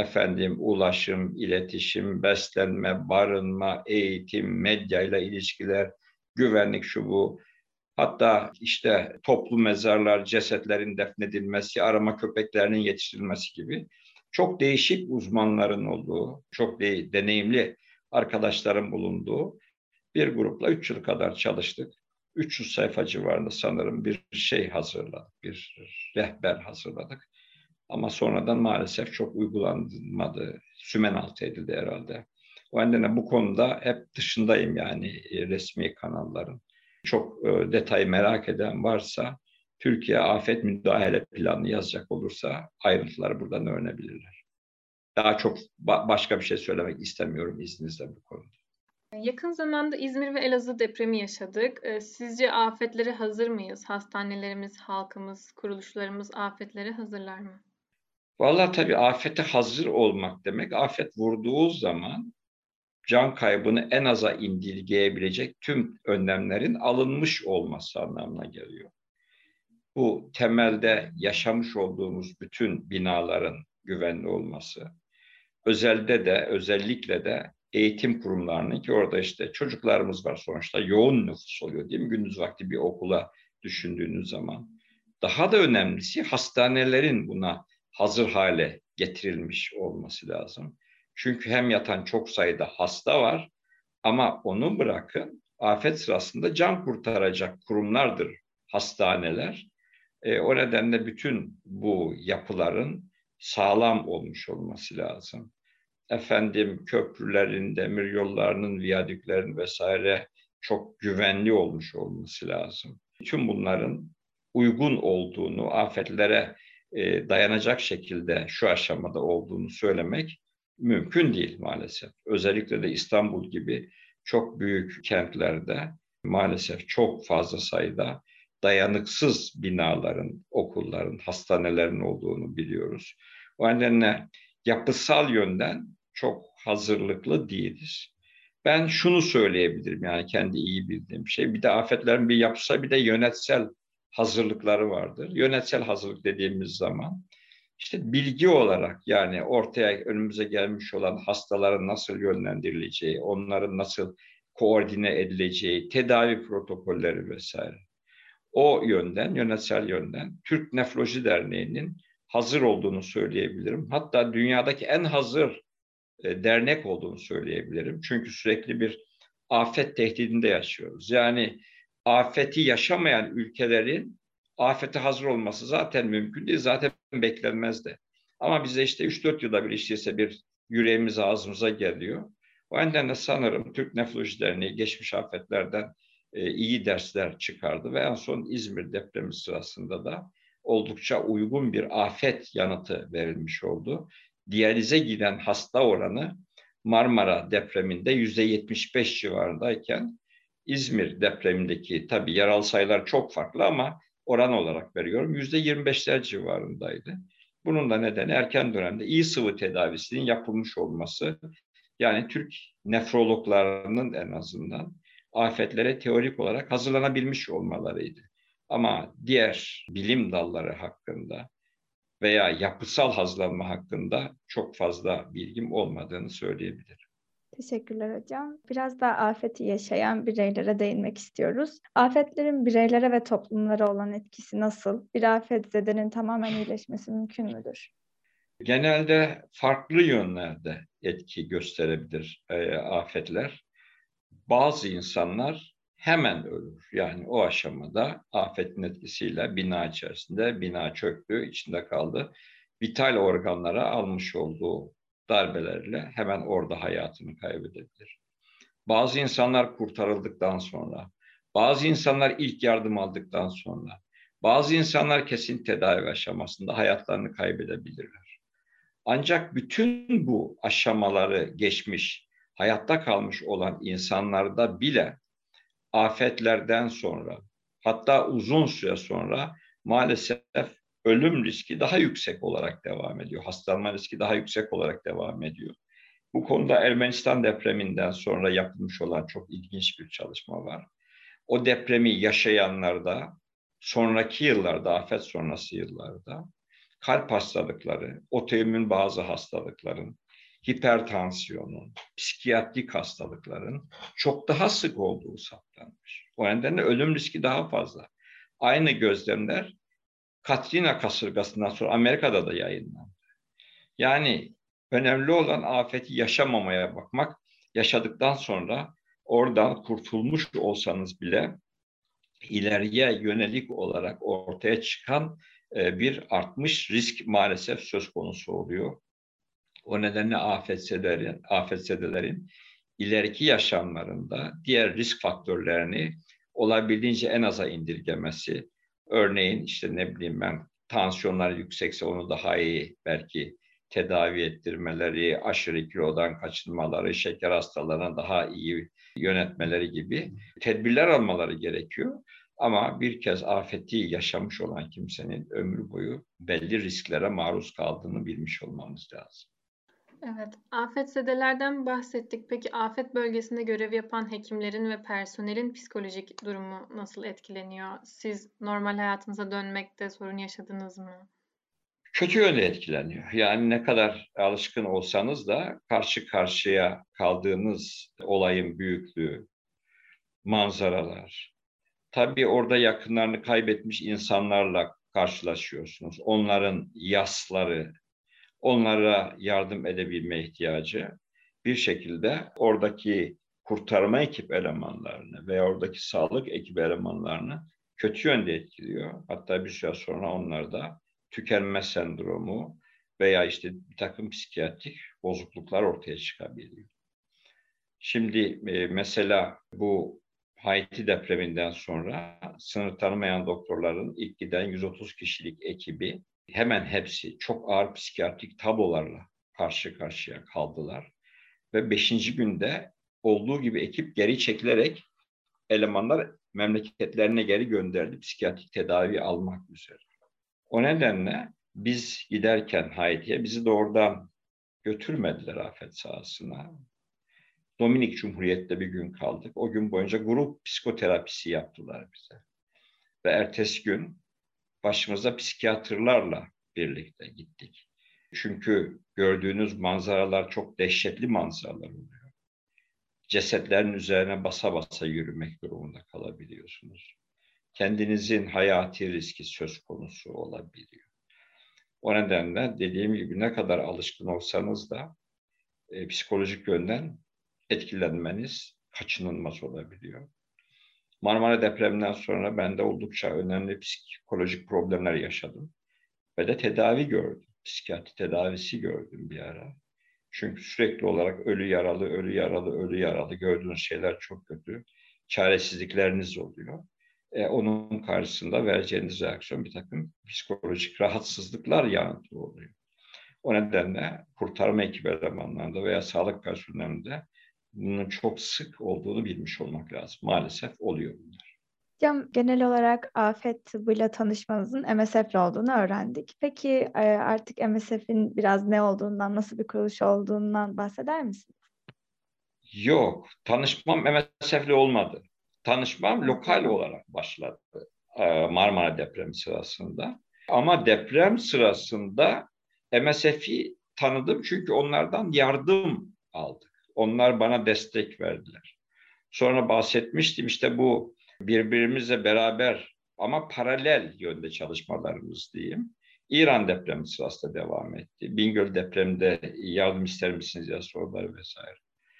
ulaşım, iletişim, beslenme, barınma, eğitim, medyayla ilişkiler, güvenlik, şu bu. Hatta işte toplu mezarlar, cesetlerin defnedilmesi, arama köpeklerinin yetiştirilmesi gibi çok değişik uzmanların olduğu, çok deneyimli arkadaşların bulunduğu bir grupla 3 yıl kadar çalıştık. 300 sayfa civarında sanırım bir şey hazırladık, bir rehber hazırladık. Ama sonradan maalesef çok uygulanmadı, sümen altı edildi herhalde. O nedenle bu konuda hep dışındayım, yani resmi kanalların. Çok detayı merak eden varsa Türkiye Afet Müdahale Planı yazacak olursa ayrıntıları buradan öğrenebilirler. Daha çok başka bir şey söylemek istemiyorum izninizle bu konuda. Yakın zamanda İzmir ve Elazığ depremi yaşadık. Sizce afetlere hazır mıyız? Hastanelerimiz, halkımız, kuruluşlarımız afetlere hazırlar mı? Vallahi tabii afete hazır olmak demek, afet vurduğu zaman can kaybını en aza indirgeyebilecek tüm önlemlerin alınmış olması anlamına geliyor. Bu temelde yaşamış olduğumuz bütün binaların güvenli olması, özellikle de eğitim kurumlarının ki orada işte çocuklarımız var sonuçta yoğun nüfus oluyor değil mi? Gündüz vakti bir okula düşündüğünüz zaman. Daha da önemlisi hastanelerin buna hazır hale getirilmiş olması lazım. Çünkü hem yatan çok sayıda hasta var ama onu bırakın afet sırasında can kurtaracak kurumlardır hastaneler. O nedenle bütün bu yapıların sağlam olmuş olması lazım. Efendim köprülerin, demiryollarının, viyadüklerin vesaire çok güvenli olmuş olması lazım. Bütün bunların uygun olduğunu, afetlere dayanacak şekilde şu aşamada olduğunu söylemek mümkün değil maalesef. Özellikle de İstanbul gibi çok büyük kentlerde maalesef çok fazla sayıda dayanıksız binaların, okulların, hastanelerin olduğunu biliyoruz. O nedenle yapısal yönden çok hazırlıklı değiliz. Ben şunu söyleyebilirim yani kendi iyi bildiğim şey. Bir de afetlerin bir yapısal bir de yönetsel hazırlıkları vardır. Yönetsel hazırlık dediğimiz zaman işte bilgi olarak yani ortaya önümüze gelmiş olan hastaların nasıl yönlendirileceği, onların nasıl koordine edileceği, tedavi protokolleri vesaire. O yönden, yönetsel yönden Türk Nefroloji Derneği'nin hazır olduğunu söyleyebilirim. Hatta dünyadaki en hazır dernek olduğunu söyleyebilirim. Çünkü sürekli bir afet tehdidinde yaşıyoruz. Yani afeti yaşamayan ülkelerin afete hazır olması zaten mümkün değil, zaten beklenmez de. Ama bize işte 3-4 yılda bir işteyse bir yüreğimiz ağzımıza geliyor. O nedenle sanırım Türk Nefroloji Derneği geçmiş afetlerden iyi dersler çıkardı ve en son İzmir depremi sırasında da oldukça uygun bir afet yanıtı verilmiş oldu. Diyalize giden hasta oranı Marmara depreminde %75 civarındayken İzmir depremindeki tabii yaralı sayılar çok farklı ama oran olarak veriyorum %25'ler civarındaydı. Bunun da nedeni erken dönemde iyi sıvı tedavisinin yapılmış olması. Yani Türk nefrologlarının en azından afetlere teorik olarak hazırlanabilmiş olmalarıydı. Ama diğer bilim dalları hakkında veya yapısal hazırlanma hakkında çok fazla bilgim olmadığını söyleyebilirim. Teşekkürler hocam. Biraz daha afeti yaşayan bireylere değinmek istiyoruz. Afetlerin bireylere ve toplumlara olan etkisi nasıl? Bir afetzedenin tamamen iyileşmesi mümkün müdür? Genelde farklı yönlerde etki gösterebilir afetler. Bazı insanlar hemen ölür. Yani o aşamada afetin etkisiyle bina içerisinde, bina çöktü, içinde kaldı. Vital organlara almış olduğu darbelerle hemen orada hayatını kaybedebilir. Bazı insanlar kurtarıldıktan sonra, bazı insanlar ilk yardım aldıktan sonra, bazı insanlar kesin tedavi aşamasında hayatlarını kaybedebilirler. Ancak bütün bu aşamaları geçmiş, hayatta kalmış olan insanlarda bile afetlerden sonra, hatta uzun süre sonra maalesef ölüm riski daha yüksek olarak devam ediyor. Hastalanma riski daha yüksek olarak devam ediyor. Bu konuda Ermenistan depreminden sonra yapılmış olan çok ilginç bir çalışma var. O depremi yaşayanlarda sonraki yıllarda, afet sonrası yıllarda kalp hastalıkları, otoimmün bazı hastalıkların, hipertansiyonun, psikiyatrik hastalıkların çok daha sık olduğu saptanmış. O nedenle ölüm riski daha fazla. Aynı gözlemler Katrina kasırgasından sonra Amerika'da da yayınlandı. Yani önemli olan afeti yaşamamaya bakmak, yaşadıktan sonra oradan kurtulmuş olsanız bile ileriye yönelik olarak ortaya çıkan bir artmış risk maalesef söz konusu oluyor. O nedenle afetzedelerin ileriki yaşamlarında diğer risk faktörlerini olabildiğince en aza indirgemesi, örneğin işte ne bileyim ben tansiyonlar yüksekse onu daha iyi belki tedavi ettirmeleri, aşırı kilodan kaçınmaları, şeker hastalarına daha iyi yönetmeleri gibi tedbirler almaları gerekiyor. Ama bir kez afeti yaşamış olan kimsenin ömür boyu belli risklere maruz kaldığını bilmiş olmamız lazım. Evet, afetzedelerden bahsettik. Peki afet bölgesinde görev yapan hekimlerin ve personelin psikolojik durumu nasıl etkileniyor? Siz normal hayatınıza dönmekte sorun yaşadınız mı? Kötü yönde etkileniyor. Yani ne kadar alışkın olsanız da karşı karşıya kaldığınız olayın büyüklüğü, manzaralar. Tabii orada yakınlarını kaybetmiş insanlarla karşılaşıyorsunuz. Onların yasları, onlara yardım edebilme ihtiyacı bir şekilde oradaki kurtarma ekip elemanlarını veya oradaki sağlık ekip elemanlarını kötü yönde etkiliyor. Hatta bir süre sonra onlarda tükenme sendromu veya işte bir takım psikiyatrik bozukluklar ortaya çıkabiliyor. Şimdi mesela bu Haiti depreminden sonra sınır tanımayan doktorların ilk giden 130 kişilik ekibi hemen hepsi çok ağır psikiyatrik tablolarla karşı karşıya kaldılar. Ve 5. günde olduğu gibi ekip geri çekilerek elemanlar memleketlerine geri gönderildi psikiyatrik tedavi almak üzere. O nedenle biz giderken Haiti'ye bizi doğrudan götürmediler afet sahasına. Dominik Cumhuriyet'te bir gün kaldık. O gün boyunca grup psikoterapisi yaptılar bize. Ve ertesi gün başımızda psikiyatrlarla birlikte gittik. Çünkü gördüğünüz manzaralar çok dehşetli manzaralar oluyor. Cesetlerin üzerine basa basa yürümek durumunda kalabiliyorsunuz. Kendinizin hayati riski söz konusu olabiliyor. O nedenle dediğim gibi ne kadar alışkın olsanız da psikolojik yönden etkilenmeniz kaçınılmaz olabiliyor. Marmara depreminden sonra ben de oldukça önemli psikolojik problemler yaşadım. Ve de tedavi gördüm. Psikiyatri tedavisi gördüm bir ara. Çünkü sürekli olarak ölü yaralı, ölü yaralı, ölü yaralı gördüğünüz şeyler çok kötü. Çaresizlikleriniz oluyor. Onun karşısında vereceğiniz reaksiyon bir takım psikolojik rahatsızlıklar yanıtı oluyor. O nedenle kurtarma ekibi elemanlarında veya sağlık personelinde bunun çok sık olduğunu bilmiş olmak lazım. Maalesef oluyor bunlar. Hocam, genel olarak afet tıbbıyla tanışmanızın MSF'le olduğunu öğrendik. Peki artık MSF'in biraz ne olduğundan, nasıl bir kuruluş olduğundan bahseder misiniz? Yok, tanışmam MSF'le olmadı. Tanışmam lokal olarak başladı Marmara depremi sırasında. Ama deprem sırasında MSF'i tanıdım çünkü onlardan yardım aldık. Onlar bana destek verdiler. Sonra bahsetmiştim işte bu birbirimizle beraber ama paralel yönde çalışmalarımız diyeyim. İran depremi sırasında devam etti. Bingöl depreminde yardım ister misiniz ya soruları vesaire.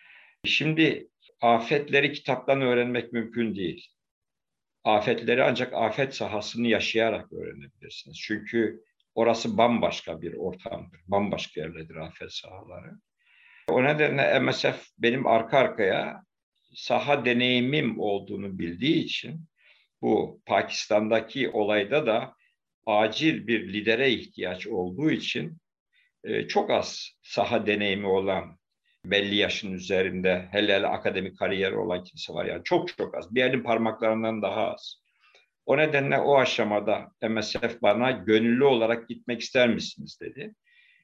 Şimdi afetleri kitaptan öğrenmek mümkün değil. Afetleri ancak afet sahasını yaşayarak öğrenebilirsiniz. Çünkü orası bambaşka bir ortamdır. Bambaşka yerlerdir afet sahaları. O nedenle MSF benim arka arkaya saha deneyimim olduğunu bildiği için bu Pakistan'daki olayda da acil bir lidere ihtiyaç olduğu için çok az saha deneyimi olan belli yaşın üzerinde hele akademik kariyeri olan kimse var. Yani çok çok az. Bir elin parmaklarından daha az. O nedenle o aşamada MSF bana gönüllü olarak gitmek ister misiniz dedi.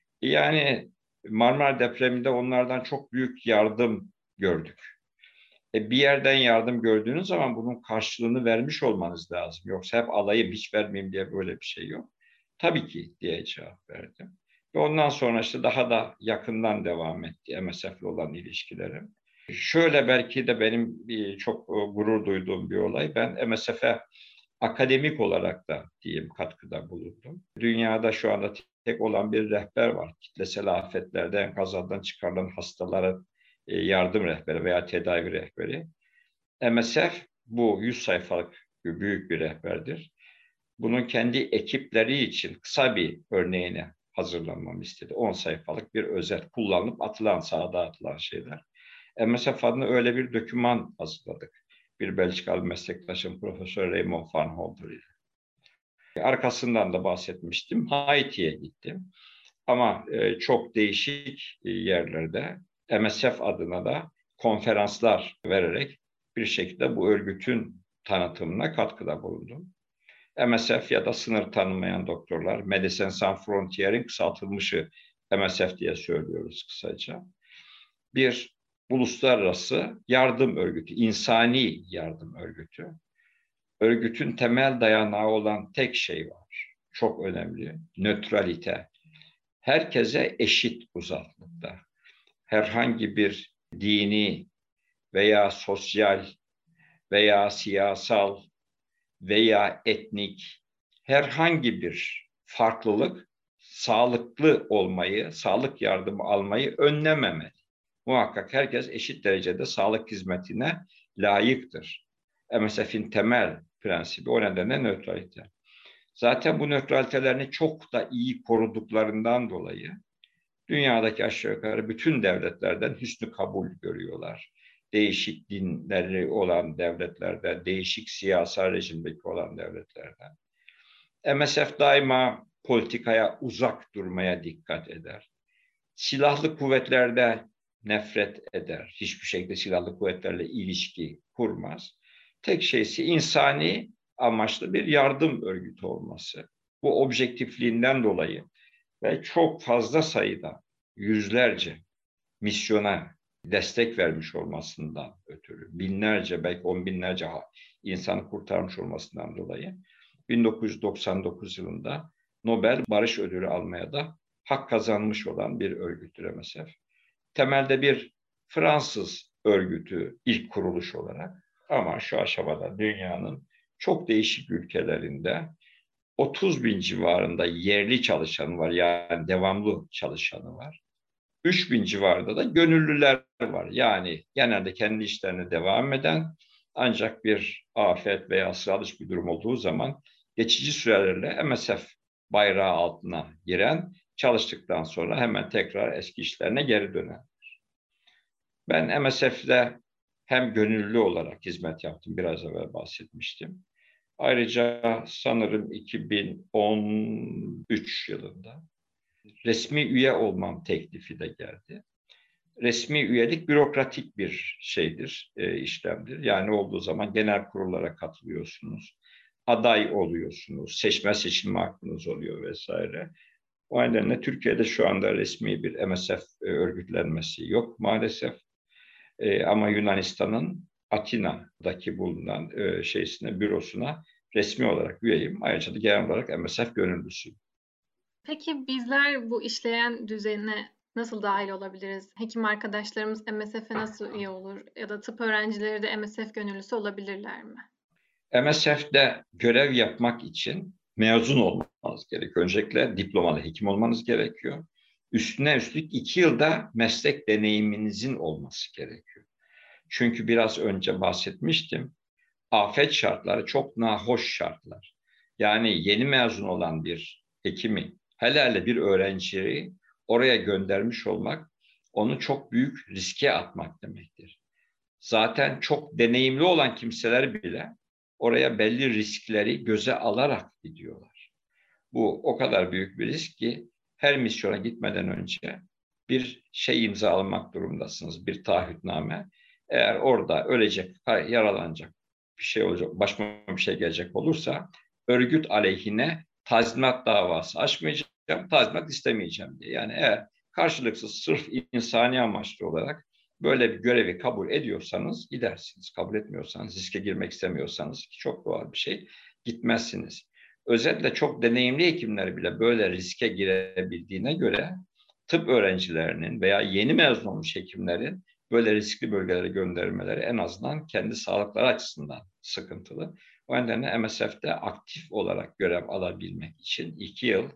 Yani Marmara depreminde onlardan çok büyük yardım gördük. Bir yerden yardım gördüğünüz zaman bunun karşılığını vermiş olmanız lazım. Yoksa hep alayım hiç vermeyeyim diye böyle bir şey yok. Tabii ki diye cevap verdim. Ve ondan sonra işte daha da yakından devam etti MSF'le olan ilişkilerim. Şöyle belki de benim çok gurur duyduğum bir olay. Ben MSF'e akademik olarak da diyeyim katkıda bulundum. Dünyada şu anda tek olan bir rehber var. Kitlesel afetlerde enkazadan çıkarılan hastaların yardım rehberi veya tedavi rehberi. MSF bu 100 sayfalık büyük bir rehberdir. Bunun kendi ekipleri için kısa bir örneğini hazırlanmamı istedi. 10 sayfalık bir özet kullanılıp atılan, sahada atılan şeyler. MSF adına öyle bir doküman hazırladık. Bir Belçikalı meslektaşım Profesör Raymond van Holder ile. Arkasından da bahsetmiştim. Haiti'ye gittim. Ama çok değişik yerlerde MSF adına da konferanslar vererek bir şekilde bu örgütün tanıtımına katkıda bulundum. MSF ya da sınır tanımayan doktorlar, Médecins Sans Frontieres'in kısaltılmışı MSF diye söylüyoruz kısaca. Bir uluslararası yardım örgütü, insani yardım örgütü. Örgütün temel dayanağı olan tek şey var. Çok önemli. Nötralite. Herkese eşit uzaklıkta. Herhangi bir dini veya sosyal veya siyasal veya etnik herhangi bir farklılık sağlıklı olmayı, sağlık yardımı almayı önlememeli. Muhakkak herkes eşit derecede sağlık hizmetine layıktır. MSF'in temel prensibi o nedenle nötralite. Zaten bu nötralitelerini çok da iyi koruduklarından dolayı dünyadaki aşağı yukarı bütün devletlerden hüsnü kabul görüyorlar. Değişik dinleri olan devletlerden, değişik siyasal rejimdeki olan devletlerden. MSF daima politikaya uzak durmaya dikkat eder. Silahlı kuvvetlerde nefret eder. Hiçbir şekilde silahlı kuvvetlerle ilişki kurmaz. Tek şeysi insani amaçlı bir yardım örgütü olması. Bu objektifliğinden dolayı ve çok fazla sayıda yüzlerce misyona destek vermiş olmasından ötürü, binlerce belki on binlerce insanı kurtarmış olmasından dolayı 1999 yılında Nobel Barış Ödülü almaya da hak kazanmış olan bir örgüttür MSF. Temelde bir Fransız örgütü ilk kuruluş olarak ama şu aşamada dünyanın çok değişik ülkelerinde 30 bin civarında yerli çalışanı var, yani devamlı çalışanı var. 3 bin civarında da gönüllüler var. Yani genelde kendi işlerine devam eden ancak bir afet veya sıra dışı bir durum olduğu zaman geçici sürelerle MSF bayrağı altına giren, çalıştıktan sonra hemen tekrar eski işlerine geri dönen. Ben MSF'de hem gönüllü olarak hizmet yaptım, biraz evvel bahsetmiştim. Ayrıca sanırım 2013 yılında resmi üye olmam teklifi de geldi. Resmi üyelik bürokratik bir şeydir, işlemdir. Yani olduğu zaman genel kurullara katılıyorsunuz, aday oluyorsunuz, seçme seçilme hakkınız oluyor vesaire. O nedenle Türkiye'de şu anda resmi bir MSF örgütlenmesi yok maalesef. Ama Yunanistan'ın Atina'daki bulunan bürosuna resmi olarak üyeyim. Ayrıca da genel olarak MSF gönüllüsüyüm. Peki bizler bu işleyen düzene nasıl dahil olabiliriz? Hekim arkadaşlarımız MSF'e nasıl üye olur? Ya da tıp öğrencileri de MSF gönüllüsü olabilirler mi? MSF'de görev yapmak için mezun olmanız gerekiyor. Öncelikle diplomalı hekim olmanız gerekiyor. Üstüne üstlük 2 yılda meslek deneyiminizin olması gerekiyor. Çünkü biraz önce bahsetmiştim. Afet şartları çok nahoş şartlar. Yani yeni mezun olan bir hekimi, hele bir öğrenciyi oraya göndermiş olmak, onu çok büyük riske atmak demektir. Zaten çok deneyimli olan kimseler bile oraya belli riskleri göze alarak gidiyorlar. Bu o kadar büyük bir risk ki her misyona gitmeden önce bir şey imzalamak durumundasınız, bir taahhütname. Eğer orada ölecek, yaralanacak bir şey olacak, başıma bir şey gelecek olursa örgüt aleyhine tazminat davası açmayacağım, tazminat istemeyeceğim diye. Yani eğer karşılıksız sırf insani amaçlı olarak böyle bir görevi kabul ediyorsanız gidersiniz. Kabul etmiyorsanız, riske girmek istemiyorsanız, ki çok doğal bir şey, gitmezsiniz. Özellikle çok deneyimli hekimler bile böyle riske girebildiğine göre tıp öğrencilerinin veya yeni mezun olmuş hekimlerin böyle riskli bölgelere göndermeleri en azından kendi sağlıkları açısından sıkıntılı. O nedenle MSF'de aktif olarak görev alabilmek için 2 yıl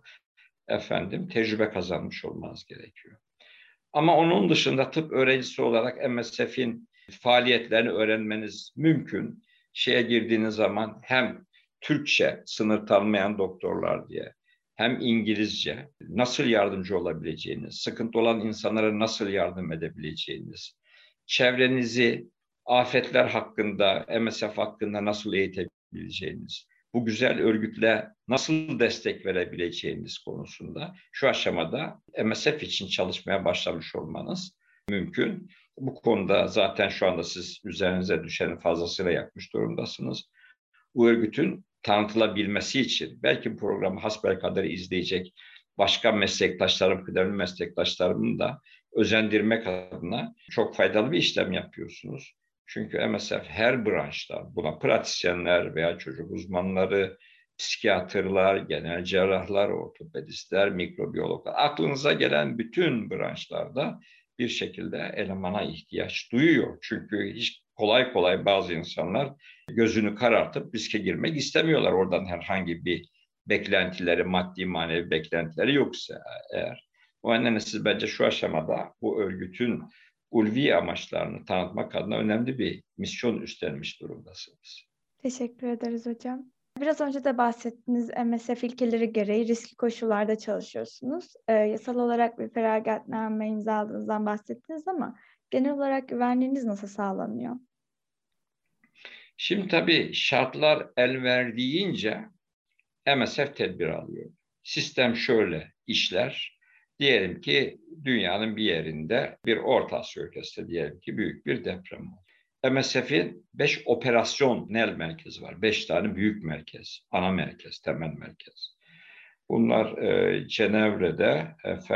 tecrübe kazanmış olmanız gerekiyor. Ama onun dışında tıp öğrencisi olarak MSF'in faaliyetlerini öğrenmeniz mümkün. Şeye girdiğiniz zaman hem Türkçe, sınır tanımayan doktorlar diye, hem İngilizce nasıl yardımcı olabileceğiniz, sıkıntı olan insanlara nasıl yardım edebileceğiniz, çevrenizi afetler hakkında, MSF hakkında nasıl eğitebileceğiniz, bu güzel örgütle nasıl destek verebileceğiniz konusunda şu aşamada MSF için çalışmaya başlamış olmanız mümkün. Bu konuda zaten şu anda siz üzerinize düşenin fazlasıyla yapmış durumdasınız. Bu örgütün tanıtılabilmesi için belki bu programı hasbelkader izleyecek başka meslektaşlarım, kıdemli meslektaşlarımı da özendirmek adına çok faydalı bir işlem yapıyorsunuz. Çünkü MSF her branşta, buna pratisyenler veya çocuk uzmanları, psikiyatrlar, genel cerrahlar, ortopedistler, mikrobiyologlar, aklınıza gelen bütün branşlarda bir şekilde elemana ihtiyaç duyuyor. Çünkü hiç kolay kolay bazı insanlar gözünü karartıp riske girmek istemiyorlar. Oradan herhangi bir beklentileri, maddi manevi beklentileri yoksa eğer. O nedenle siz bence şu aşamada bu örgütün ulvi amaçlarını tanıtmak adına önemli bir misyon üstlenmiş durumdasınız. Teşekkür ederiz hocam. Biraz önce de bahsettiğiniz MSF ilkeleri gereği riskli koşullarda çalışıyorsunuz. Yasal olarak bir feragatname imzaladığınızdan bahsettiniz ama genel olarak güvenliğiniz nasıl sağlanıyor? Şimdi tabii şartlar el verdiğince MSF tedbir alıyor. Sistem şöyle işler. Diyelim ki dünyanın bir yerinde bir Orta Asya ülkesinde diyelim ki büyük bir deprem oldu. MSF'in 5 operasyonel merkezi var. 5 tane büyük merkez, ana merkez, temel merkez. Bunlar Cenevre'de,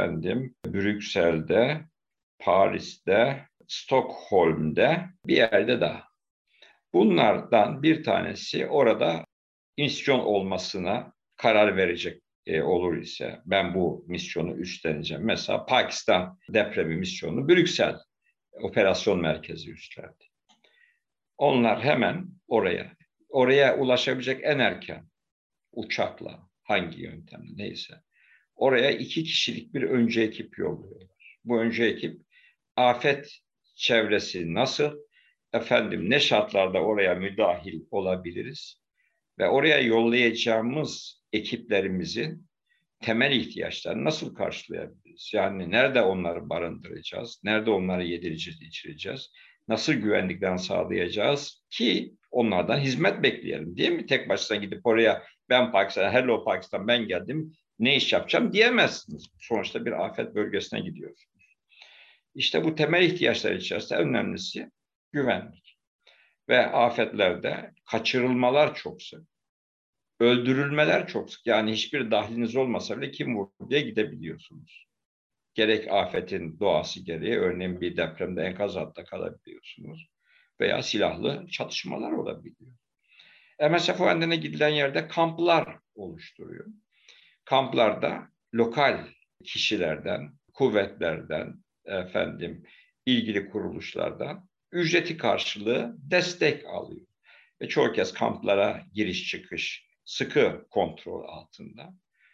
Brüksel'de, Paris'te, Stockholm'de, bir yerde daha. Bunlardan bir tanesi orada misyon olmasına karar verecek olur ise ben bu misyonu üstleneceğim. Mesela Pakistan depremi misyonu Brüksel operasyon merkezi üstlendi. Onlar hemen oraya ulaşabilecek en erken uçakla, hangi yöntemle neyse, oraya 2 kişilik bir öncü ekip yolluyorlar. Bu öncü ekip afet çevresi nasıl, ne şartlarda oraya müdahil olabiliriz ve oraya yollayacağımız ekiplerimizin temel ihtiyaçlarını nasıl karşılayabiliriz? Yani nerede onları barındıracağız, nerede onları yedireceğiz, içireceğiz, nasıl güvenliklerini sağlayacağız ki onlardan hizmet bekleyelim, değil mi? Tek başına gidip oraya ben Pakistan, hello Pakistan ben geldim, ne iş yapacağım diyemezsiniz. Sonuçta bir afet bölgesine gidiyorsunuz. İşte bu temel ihtiyaçlar içerisinde önemlisi güvenlik. Ve afetlerde kaçırılmalar çok sık. Öldürülmeler çok sık. Yani hiçbir dahliniz olmasa bile kim vurdu diye gidebiliyorsunuz. Gerek afetin doğası gereği, örneğin bir depremde enkaz altında kalabiliyorsunuz. Veya silahlı çatışmalar olabiliyor. MSF o nedene gidilen yerde kamplar oluşturuyor. Kamplarda lokal kişilerden, kuvvetlerden, ilgili kuruluşlardan ücreti karşılığı destek alıyor. Ve çoğu kez kamplara giriş çıkış sıkı kontrol altında.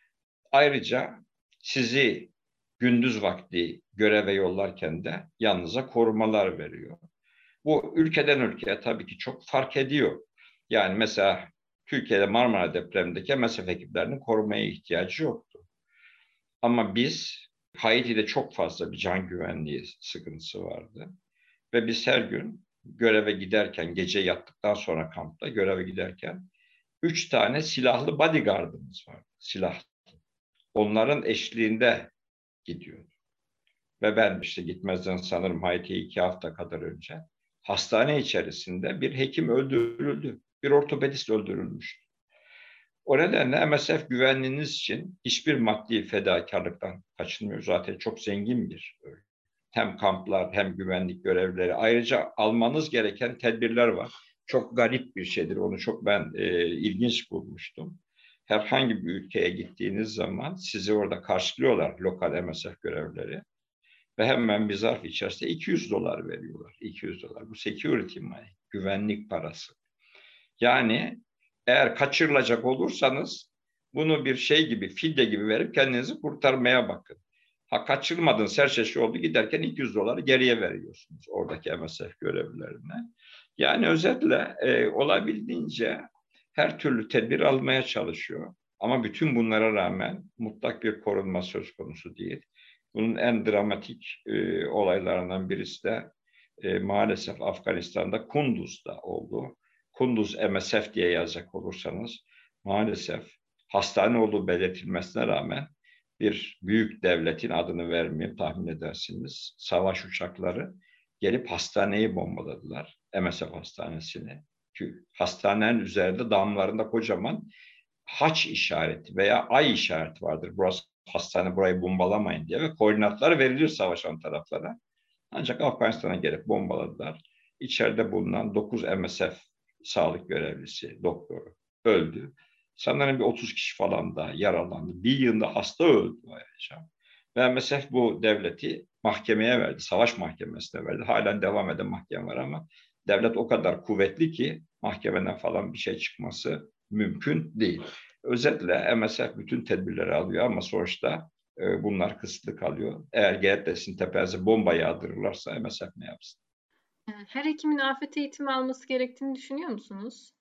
Ayrıca sizi gündüz vakti göreve yollarken de yanınıza korumalar veriyor. Bu ülkeden ülkeye tabii ki çok fark ediyor. Yani mesela Türkiye'de Marmara depremindeki MSF ekiplerinin korumaya ihtiyacı yoktu. Ama Haiti'de çok fazla bir can güvenliği sıkıntısı vardı. Ve biz her gün göreve giderken, gece yattıktan sonra kampta göreve giderken 3 tane silahlı bodyguardımız vardı. Silahlı. Onların eşliğinde gidiyordu. Ve ben gitmezden sanırım Haiti'ye 2 hafta kadar önce hastane içerisinde bir hekim öldürüldü. Bir ortopedist öldürülmüştü. O nedenle MSF güvenliğiniz için hiçbir maddi fedakarlıktan kaçınmıyor. Zaten çok zengin bir örgüt. Hem kamplar hem güvenlik görevlileri. Ayrıca almanız gereken tedbirler var. Çok garip bir şeydir. Onu çok ben ilginç bulmuştum. Herhangi bir ülkeye gittiğiniz zaman sizi orada karşılıyorlar lokal MSF görevlileri. Ve hemen bir zarf içerisinde $200 veriyorlar. $200. Bu security money, güvenlik parası. Yani eğer kaçırılacak olursanız bunu bir şey gibi, fidye gibi verip kendinizi kurtarmaya bakın. Ha kaçırmadınız, her şey oldu, giderken $200 geriye veriyorsunuz oradaki MSF görevlilerine. Yani özetle olabildiğince her türlü tedbir almaya çalışıyor. Ama bütün bunlara rağmen mutlak bir korunma söz konusu değil. Bunun en dramatik olaylarından birisi de maalesef Afganistan'da Kunduz'da oldu. Kunduz MSF diye yazacak olursanız maalesef hastane olduğu belirtilmesine rağmen bir büyük devletin adını vermeyeyim tahmin edersiniz. Savaş uçakları gelip hastaneyi bombaladılar. MSF hastanesini. Çünkü hastanenin üzerinde damlarında kocaman haç işareti veya ay işareti vardır. Burası hastane burayı bombalamayın diye ve koordinatlar verilir savaşan taraflara. Ancak Afganistan'a gelip bombaladılar. İçeride bulunan 9 MSF sağlık görevlisi, doktoru öldü. Sanırım bir 30 kişi falan da yaralandı. Bir yığında hasta öldü ayrıca. Ve MSF bu devleti mahkemeye verdi, savaş mahkemesine verdi. Halen devam eden mahkeme var ama devlet o kadar kuvvetli ki mahkemeden falan bir şey çıkması mümkün değil. Özetle MSF bütün tedbirleri alıyor ama sonuçta bunlar kısıtlı kalıyor. Eğer gelip de sizin tepenize bomba yağdırırlarsa MSF ne yapsın? Her hekimin afet eğitimi alması gerektiğini düşünüyor musunuz?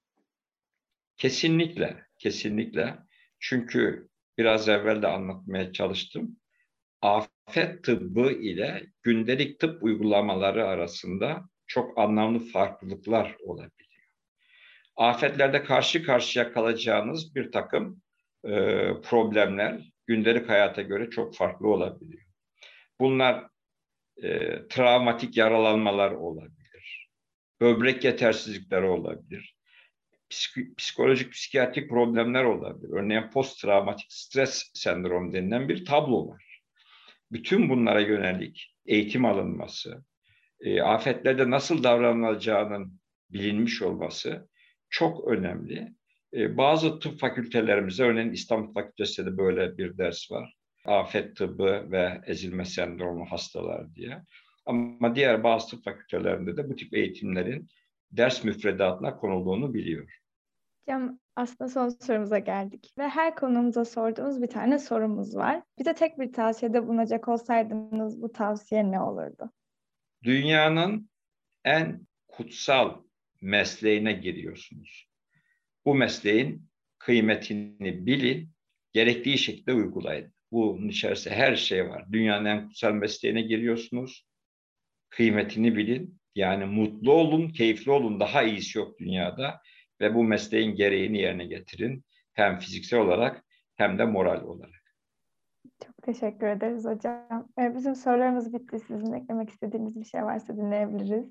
Kesinlikle, kesinlikle. Çünkü biraz evvel de anlatmaya çalıştım. Afet tıbbı ile gündelik tıp uygulamaları arasında çok anlamlı farklılıklar olabiliyor. Afetlerde karşı karşıya kalacağınız bir takım problemler gündelik hayata göre çok farklı olabiliyor. Bunlar travmatik yaralanmalar olabilir, böbrek yetersizlikleri olabilir, psikolojik, psikiyatrik problemler olabilir. Örneğin post-travmatik stres sendromu denilen bir tablo var. Bütün bunlara yönelik eğitim alınması, afetlerde nasıl davranılacağının bilinmiş olması çok önemli. Bazı tıp fakültelerimizde, örneğin İstanbul Fakültesi'nde de böyle bir ders var. Afet tıbbı ve ezilme sendromu hastalar diye. Ama diğer bazı tıp fakültelerinde de bu tip eğitimlerin ders müfredatına konulduğunu biliyorum. Hocam, aslında son sorumuza geldik ve her konuğumuza sorduğumuz bir tane sorumuz var. Bize tek bir tavsiyede bulunacak olsaydınız bu tavsiye ne olurdu? Dünyanın en kutsal mesleğine giriyorsunuz. Bu mesleğin kıymetini bilin, gerektiği şekilde uygulayın. Bunun içerisinde her şey var. Dünyanın en kutsal mesleğine giriyorsunuz. Kıymetini bilin. Yani mutlu olun, keyifli olun. Daha iyisi yok dünyada. Ve bu mesleğin gereğini yerine getirin. Hem fiziksel olarak hem de moral olarak. Çok teşekkür ederiz hocam. Bizim sorularımız bitti. Sizin eklemek istediğiniz bir şey varsa dinleyebiliriz.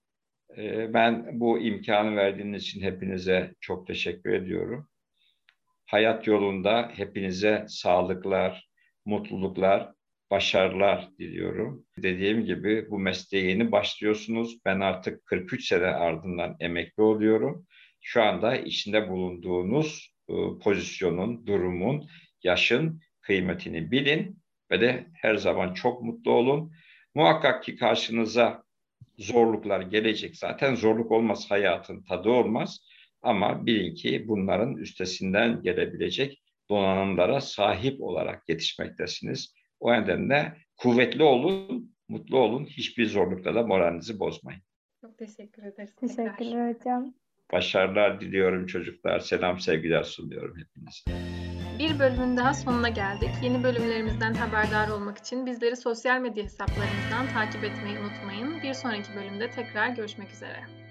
Ben bu imkanı verdiğiniz için hepinize çok teşekkür ediyorum. Hayat yolunda hepinize sağlıklar, mutluluklar, başarılar diliyorum. Dediğim gibi bu mesleğe yeni başlıyorsunuz. Ben artık 43 sene ardından emekli oluyorum. Şu anda içinde bulunduğunuz pozisyonun, durumun, yaşın kıymetini bilin ve de her zaman çok mutlu olun. Muhakkak ki karşınıza zorluklar gelecek. Zaten zorluk olmaz, hayatın tadı olmaz. Ama bilin ki bunların üstesinden gelebilecek donanımlara sahip olarak yetişmektesiniz. O nedenle kuvvetli olun, mutlu olun. Hiçbir zorlukta da moralinizi bozmayın. Çok teşekkür ederiz. Teşekkürler hocam. Başarılar diliyorum çocuklar. Selam, sevgiler sunuyorum hepinize. Bir bölümün daha sonuna geldik. Yeni bölümlerimizden haberdar olmak için bizleri sosyal medya hesaplarımızdan takip etmeyi unutmayın. Bir sonraki bölümde tekrar görüşmek üzere.